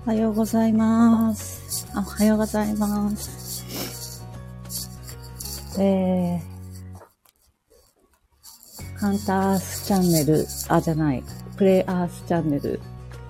おはようございます。おはようございます。カンタアースチャンネル、プレイアースチャンネル。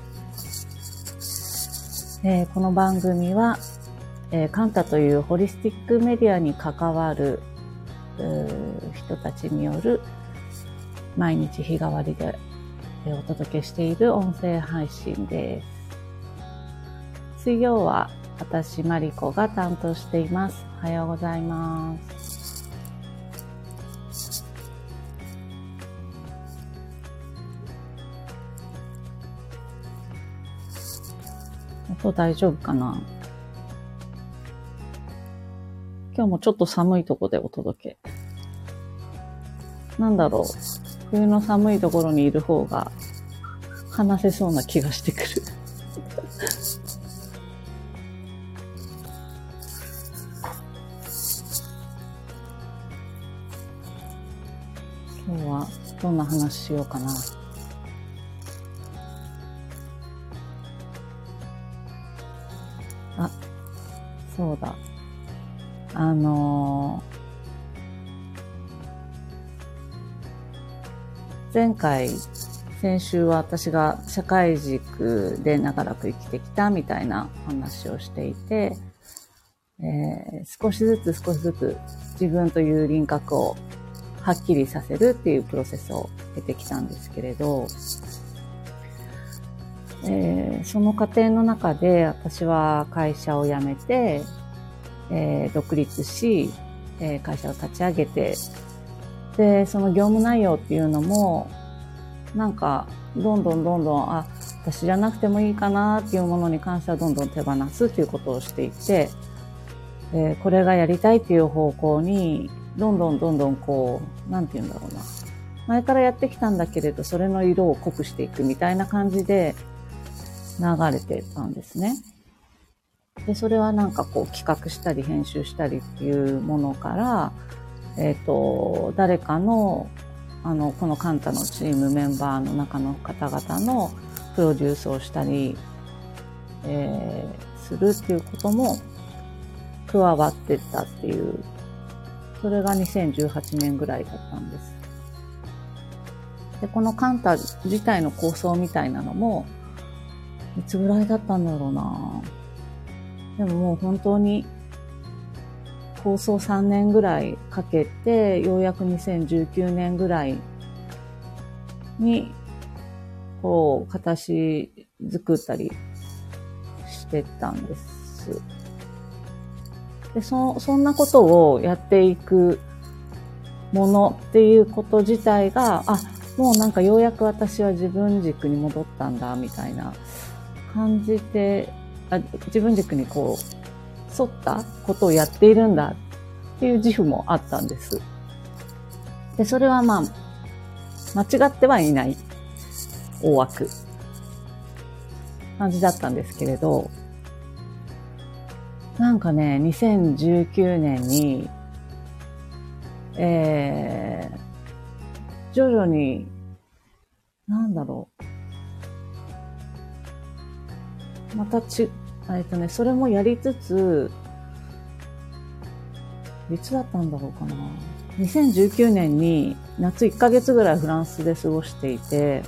この番組は、カンタというホリスティックメディアに関わる人たちによる毎日日替わりでお届けしている音声配信です。水曜は私マリコが担当しています。おはようございます。音大丈夫かな？今日もちょっと寒いとこでお届け。なんだろう。冬の寒いところにいる方が話せそうな気がしてくる。今日はどんな話しようかな。あ、そうだ。先週は私が社会軸で長らく生きてきたみたいな話をしていて、少しずつ自分という輪郭をはっきりさせるっていうプロセスを経てきたんですけれど、その過程の中で私は会社を辞めて、独立し、会社を立ち上げて、で、その業務内容っていうのも、なんか、どんどん、私じゃなくてもいいかなっていうものに関してはどんどん手放すっていうことをしていて、これがやりたいっていう方向に、どんどんこう、なんて言うんだろうな。前からやってきたんだけれど、それの色を濃くしていくみたいな感じで流れてたんですね。で、それはなんかこう企画したり編集したりっていうものから、誰かの、このカンタのチームメンバーの中の方々のプロデュースをしたり、するっていうことも加わってったっていう、それが2018年ぐらいだったんです。で、このカンタ自体の構想みたいなのも、いつぐらいだったんだろうな。でももう本当に構想3年ぐらいかけて、ようやく2019年ぐらいに、こう、形作ったりしてたんです。で、そんなことをやっていくものっていうこと自体が、もうなんかようやく私は自分軸に戻ったんだ、みたいな感じで、自分軸にこう、沿ったことをやっているんだっていう自負もあったんです。で、それはまあ、間違ってはいない大枠感じだったんですけれど、なんかね、2019年に、徐々に、なんだろう。またそれもやりつつ、いつだったんだろうかな。2019年に夏1ヶ月ぐらいフランスで過ごしていて、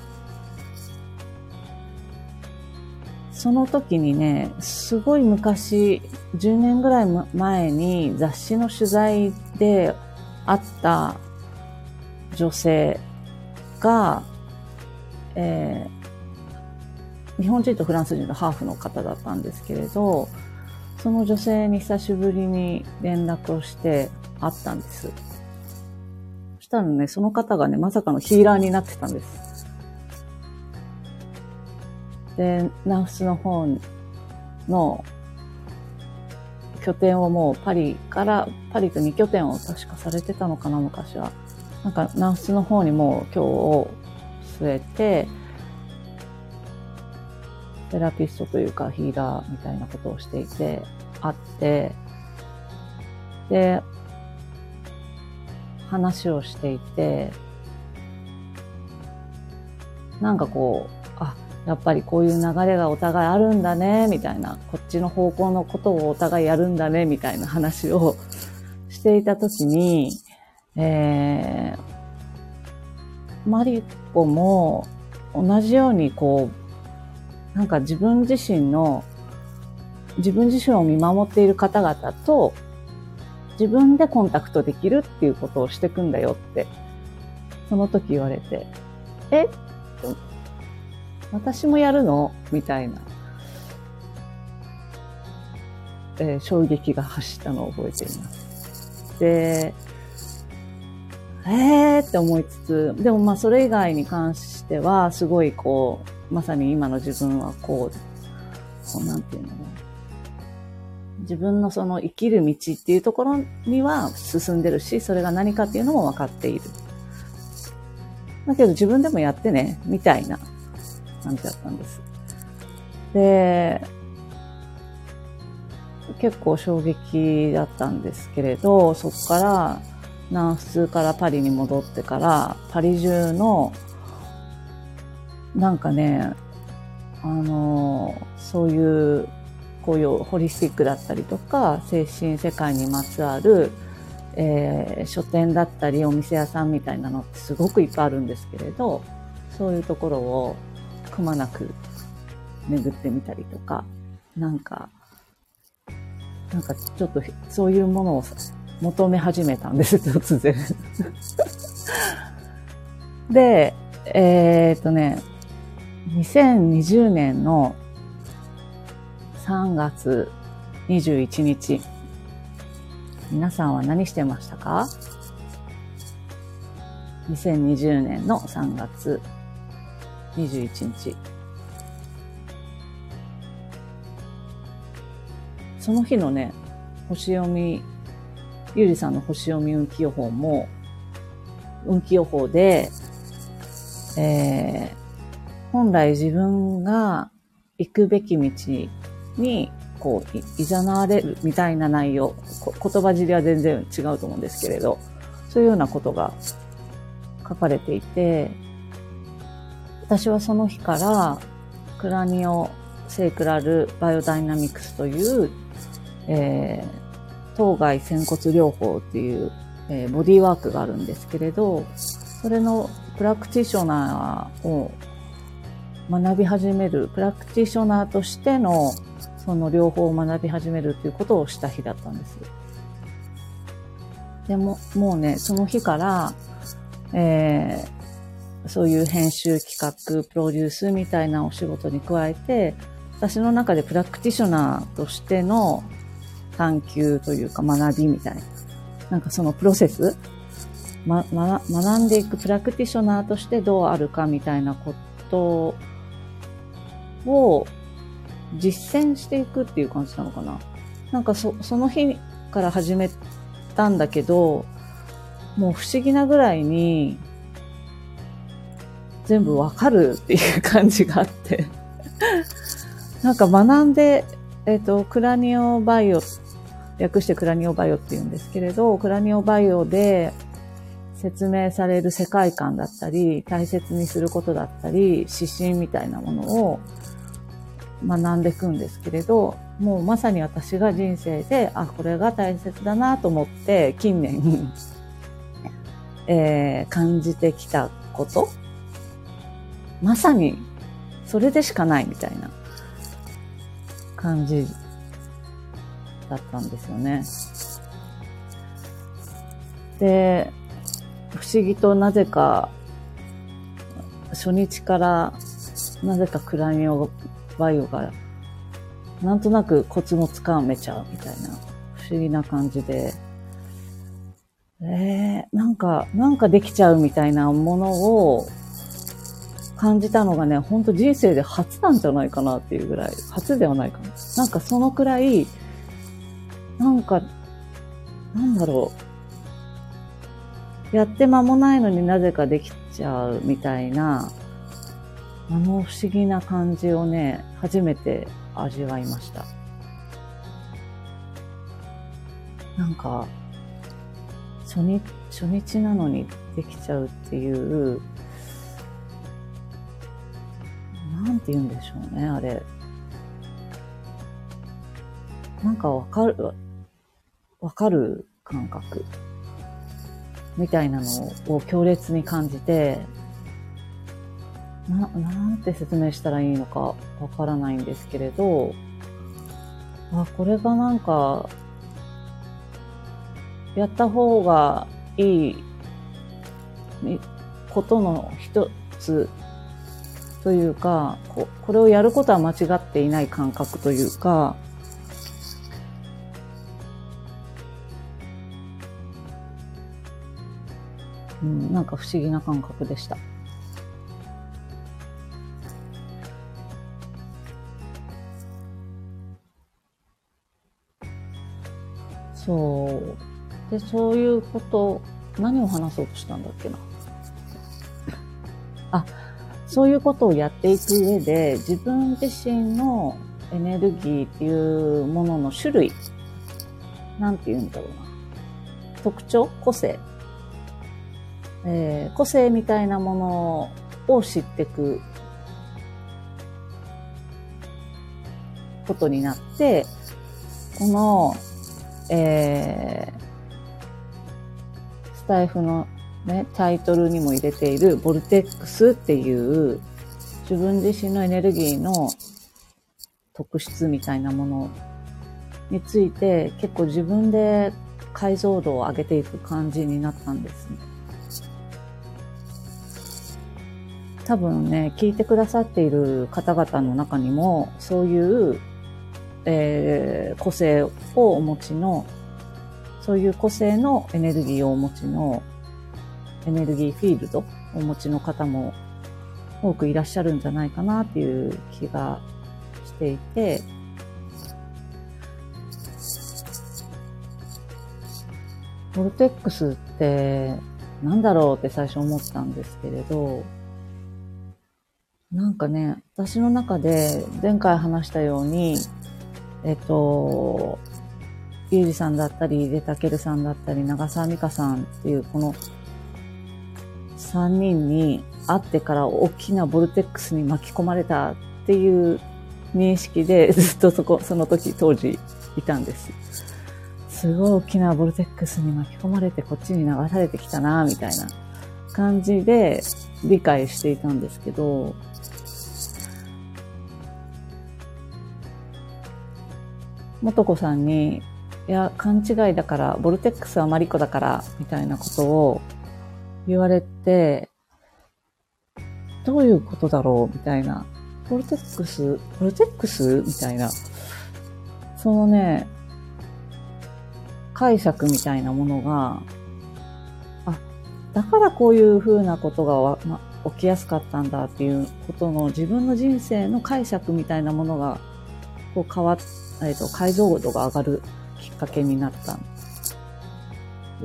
その時にね、すごい昔、10年ぐらい前に雑誌の取材で会った女性が、日本人とフランス人のハーフの方だったんですけれど、その女性に久しぶりに連絡をして会ったんです。そしたらね、その方がね、まさかのヒーラーになってたんです。で、南仏の方の拠点をもうパリと2拠点を確かされてたのかな、昔は。なんか南仏の方にもう今日を据えて、セラピストというかヒーラーみたいなことをしていて、会って、で、話をしていて、なんかこう、 やっぱりこういう流れがお互いあるんだね、みたいな、こっちの方向のことをお互いやるんだね、みたいな話をしていたときに、マリコも同じようにこう、なんか自分自身を見守っている方々と自分でコンタクトできるっていうことをしていくんだよって、その時言われて、私もやるのみたいな、衝撃が走ったのを覚えています。で、って思いつつ、でもまあそれ以外に関しては、すごいこう、まさに今の自分はこうなんていうのね、自分のその生きる道っていうところには進んでるし、それが何かっていうのも分かっている。だけど自分でもやってね、みたいな感じだったんです。で、結構衝撃だったんですけれど、そこから南仏からパリに戻ってから、パリ中のなんかね、そういうこういうホリスティックだったりとか精神世界にまつわる、書店だったりお店屋さんみたいなのってすごくいっぱいあるんですけれど、そういうところをくまなく巡ってみたりとか、なんかちょっとそういうものを求め始めたんです、突然。で、2020年の3月21日、皆さんは何してましたか？ 2020 年の3月21日。その日のね、星読み、ゆりさんの星読み運気予報も、運気予報で、本来自分が行くべき道に、こう、誘われるみたいな内容、言葉尻は全然違うと思うんですけれど、そういうようなことが書かれていて、私はその日から、クラニオセイクラルバイオダイナミクスという、当該仙骨療法っていう、ボディーワークがあるんですけれど、それのプラクティショナーを学び始める、プラクティショナーとしてのその療法を学び始めるということをした日だったんです。でも、もうね、その日から、そういう編集企画、プロデュースみたいなお仕事に加えて、私の中でプラクティショナーとしての探求というか学びみたいな。なんかそのプロセス、学んでいくプラクティショナーとしてどうあるかみたいなことを実践していくっていう感じなのかな。なんかその日から始めたんだけど、もう不思議なぐらいに全部わかるっていう感じがあってなんか学んで、クラニオバイオ、略してクラニオバイオって言うんですけれど、クラニオバイオで説明される世界観だったり、大切にすることだったり、指針みたいなものを学んでいくんですけれど、もうまさに私が人生で、これが大切だなと思って近年、感じてきたこと、まさにそれでしかないみたいな感じだったんですよね。で、不思議となぜか初日からなぜかクラニオバイオがなんとなくコツもつかめちゃうみたいな不思議な感じで、なんかできちゃうみたいなものを感じたのがね、ほんと人生で初なんじゃないかなっていうぐらい、初ではないかな。なんかそのくらい、なんだろう。やって間もないのになぜかできちゃうみたいな、不思議な感じをね、初めて味わいました。なんか、初日なのにできちゃうっていう、 なんて言うんでしょうね、あれ。なんかわかる感覚みたいなのを強烈に感じて、なんて説明したらいいのかわからないんですけれど、これがなんか、やった方がいいことの一つというか、これをやることは間違っていない感覚というか、なんか不思議な感覚でした。そうで、そういうこと、何を話そうとしたんだっけな。そういうことをやっていく上で、自分自身のエネルギーっていうものの種類、なんて言うんだろうな。特徴、個性、個性みたいなものを知っていくことになって、この、スタイフのね、タイトルにも入れているボルテックスっていう自分自身のエネルギーの特質みたいなものについて結構自分で解像度を上げていく感じになったんですね。多分ね、聞いてくださっている方々の中にもそういう、個性をお持ちの、そういう個性のエネルギーをお持ちのエネルギーフィールドをお持ちの方も多くいらっしゃるんじゃないかなっていう気がしていて、ボルテックスってなんだろうって最初思ったんですけれど、なんかね、私の中で前回話したように、ゆうじさんだったり、でたけるさんだったり、長澤美香さんっていうこの3人に会ってから大きなボルテックスに巻き込まれたっていう認識でずっとその時当時いたんです。すごい大きなボルテックスに巻き込まれてこっちに流されてきたなみたいな感じで理解していたんですけど、もとこさんに、いや、勘違いだから、ボルテックスはマリコだから、みたいなことを言われて、どういうことだろうみたいな。ボルテックスみたいな。そのね、解釈みたいなものが、だからこういう風なことが起きやすかったんだっていうことの自分の人生の解釈みたいなものが、こう解像度が上がるきっかけになったんです。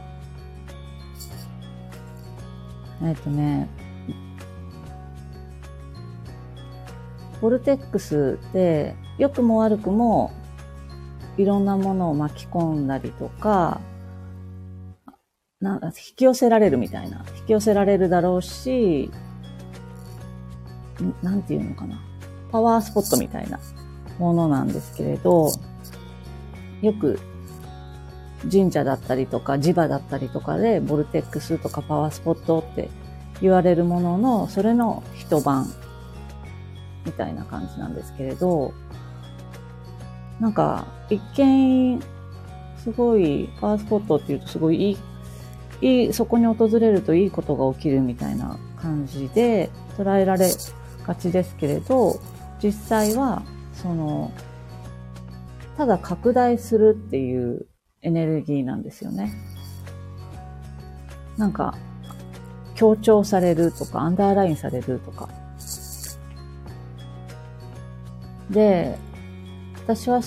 ボルテックスって良くも悪くもいろんなものを巻き込んだりとか、引き寄せられるみたいな。引き寄せられるだろうし、なんていうのかな。パワースポットみたいなものなんですけれど、よく神社だったりとか磁場だったりとかでボルテックスとかパワースポットって言われるものの、それの一晩みたいな感じなんですけれど、なんか一見すごいパワースポットっていうとすごいそこに訪れるといいことが起きるみたいな感じで捉えられがちですけれど、実際はただ拡大するっていうエネルギーなんですよね。なんか強調されるとかアンダーラインされるとかで、私は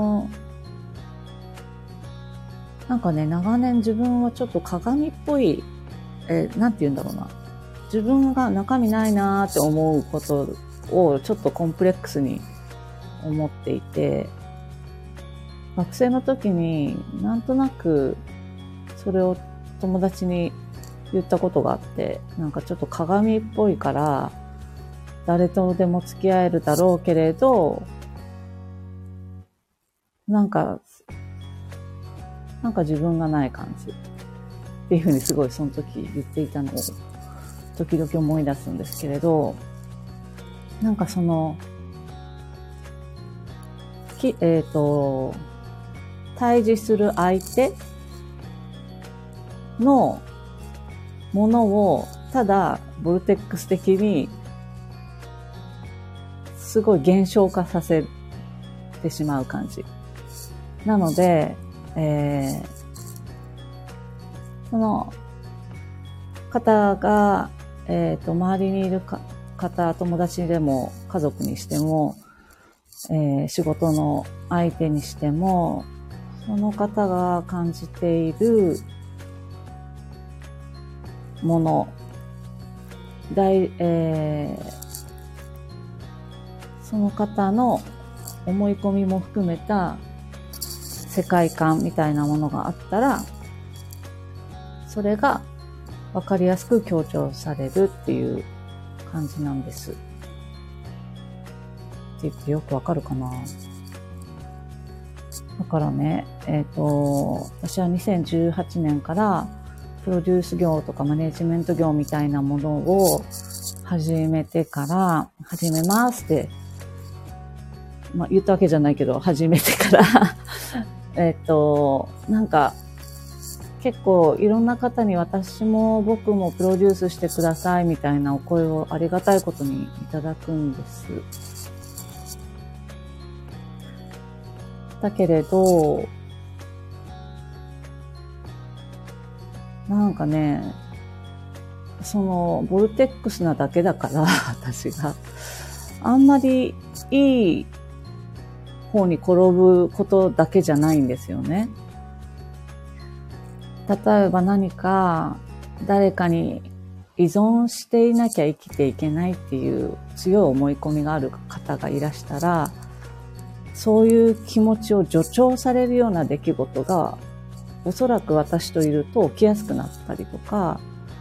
なんかね、長年自分はちょっと鏡っぽい、なんて言うんだろうな。自分が中身ないなーって思うことをちょっとコンプレックスに思っていて、学生の時になんとなくそれを友達に言ったことがあって、なんかちょっと鏡っぽいから、 誰とでも付き合えるだろうけれど、なんか自分がない感じっていうふうにすごいその時言っていたのを時々思い出すんですけれど、なんかその対峙する相手のものをただボルテックス的にすごい減少化させてしまう感じ。なので、その方が、周りにいる方、友達でも家族にしても、仕事の相手にしても、その方が感じているもの、その方の思い込みも含めた世界観みたいなものがあったら、それがわかりやすく強調されるっていう感じなんです。って言ってよくわかるかな？だからね、私は2018年からプロデュース業とかマネジメント業みたいなものを始めますって、言ったわけじゃないけど、始めてからなんか結構いろんな方に私も僕もプロデュースしてくださいみたいなお声をありがたいことにいただくんです。だけれど、なんかね、そのボルテックスなだけだから私があんまりいい方に転ぶことだけじゃないんですよね。例えば何か誰かに依存していなきゃ生きていけないっていう強い思い込みがある方がいらしたら、そういう気持ちを助長されるような出来事がおそらく私といると起きやすくなったりとか、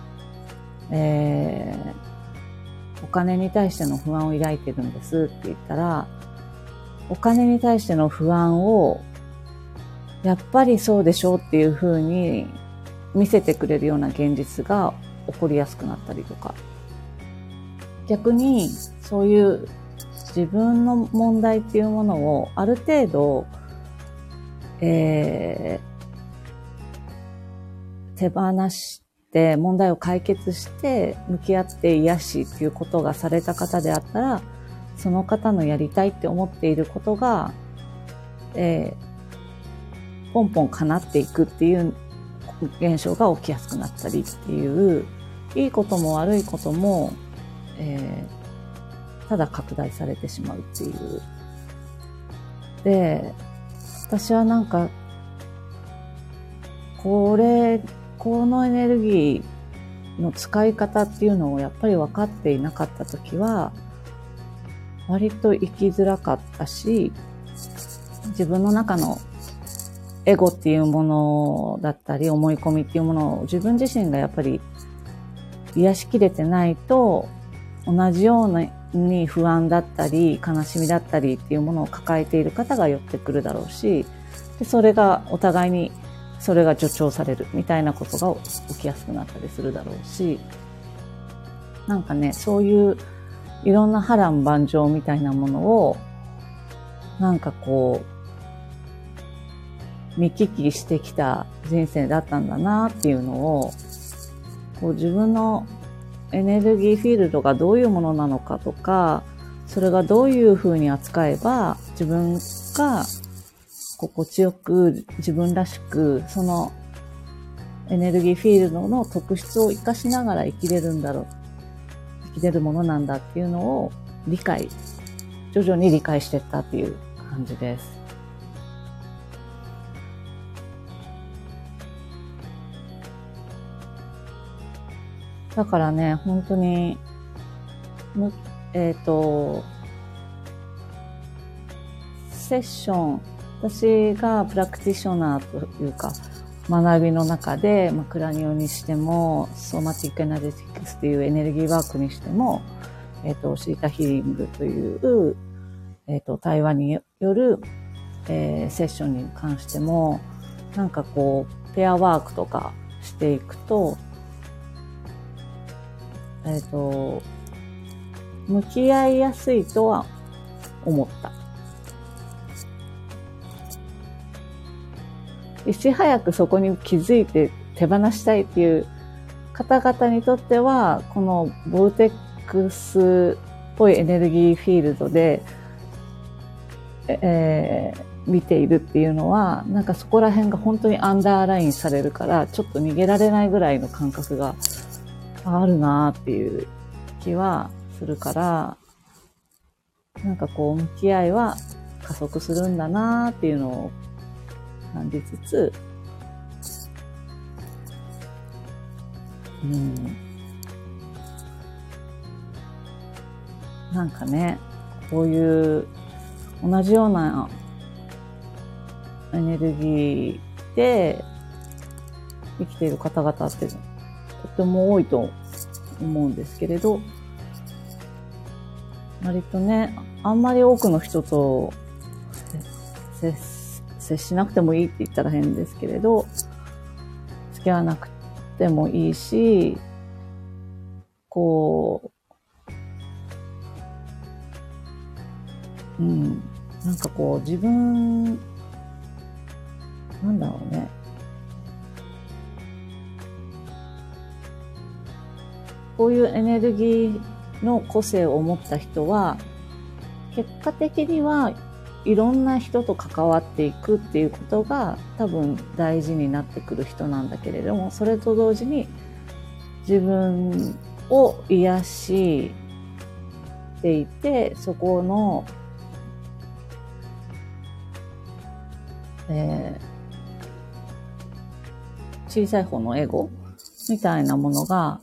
お金に対しての不安を抱いてるんですって言ったら、お金に対しての不安をやっぱりそうでしょうっていう風に見せてくれるような現実が起こりやすくなったりとか、逆にそういう自分の問題っていうものをある程度、手放して問題を解決して向き合って癒しっていうことがされた方であったら、その方のやりたいって思っていることが、ポンポン叶っていくっていう現象が起きやすくなったりっていう、いいことも悪いことも、ただ拡大されてしまうっていう。で、私はなんか、このエネルギーの使い方っていうのをやっぱり分かっていなかったときは、割と生きづらかったし、自分の中のエゴっていうものだったり、思い込みっていうものを自分自身がやっぱり癒しきれてないと、同じように不安だったり、悲しみだったりっていうものを抱えている方が寄ってくるだろうし、でそれがお互いにそれが助長されるみたいなことが起きやすくなったりするだろうし、なんかね、そういういろんな波乱万丈みたいなものを、なんかこう、見聞きしてきた人生だったんだなっていうのを、こう自分のエネルギーフィールドがどういうものなのかとか、それがどういうふうに扱えば自分が心地よく自分らしく、そのエネルギーフィールドの特質を生かしながら生きれるんだろう。生きれるものなんだっていうのを徐々に理解していったっていう感じです。だからね、本当に、セッション、私がプラクティショナーというか、学びの中で、クラニオにしても、ソマティックエナジェティクスっていうエネルギーワークにしても、 シータヒーリングという、対話による、セッションに関しても、なんかこう、ペアワークとかしていくと、向き合いやすいとは思った。いち早くそこに気づいて手放したいっていう方々にとっては、このボルテックスっぽいエネルギーフィールドで、見ているっていうのは、なんかそこら辺が本当にアンダーラインされるから、ちょっと逃げられないぐらいの感覚があるなっていう気はするから、なんかこう向き合いは加速するんだなっていうのを感じつつ、なんかね、こういう同じようなエネルギーで生きている方々ってとても多いと思うんですけれど、割とね、あんまり多くの人と接しなくてもいいって言ったら変ですけれど、付き合わなくてもいいし、こう、なんかこう自分、なんだろうね。こういうエネルギーの個性を持った人は、結果的にはいろんな人と関わっていくっていうことが多分大事になってくる人なんだけれども、それと同時に自分を癒していて、そこの、小さい方のエゴみたいなものが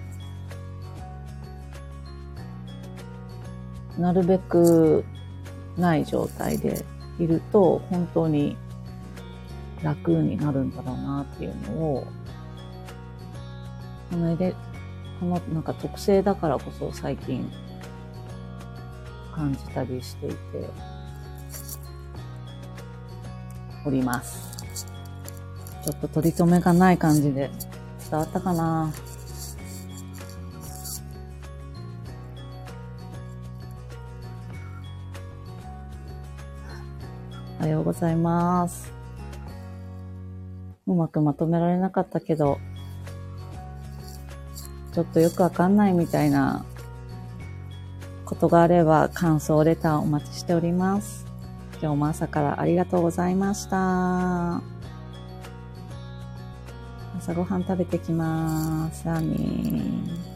なるべくない状態でいると本当に楽になるんだろうなっていうのを、このなんか特性だからこそ最近感じたりしていております。ちょっと取り留めがない感じで伝わったかな。おはようございます。うまくまとめられなかったけど、ちょっとよくわかんないみたいなことがあれば感想レターお待ちしております。今日も朝からありがとうございました。朝ごはん食べてきます。じゃあねー。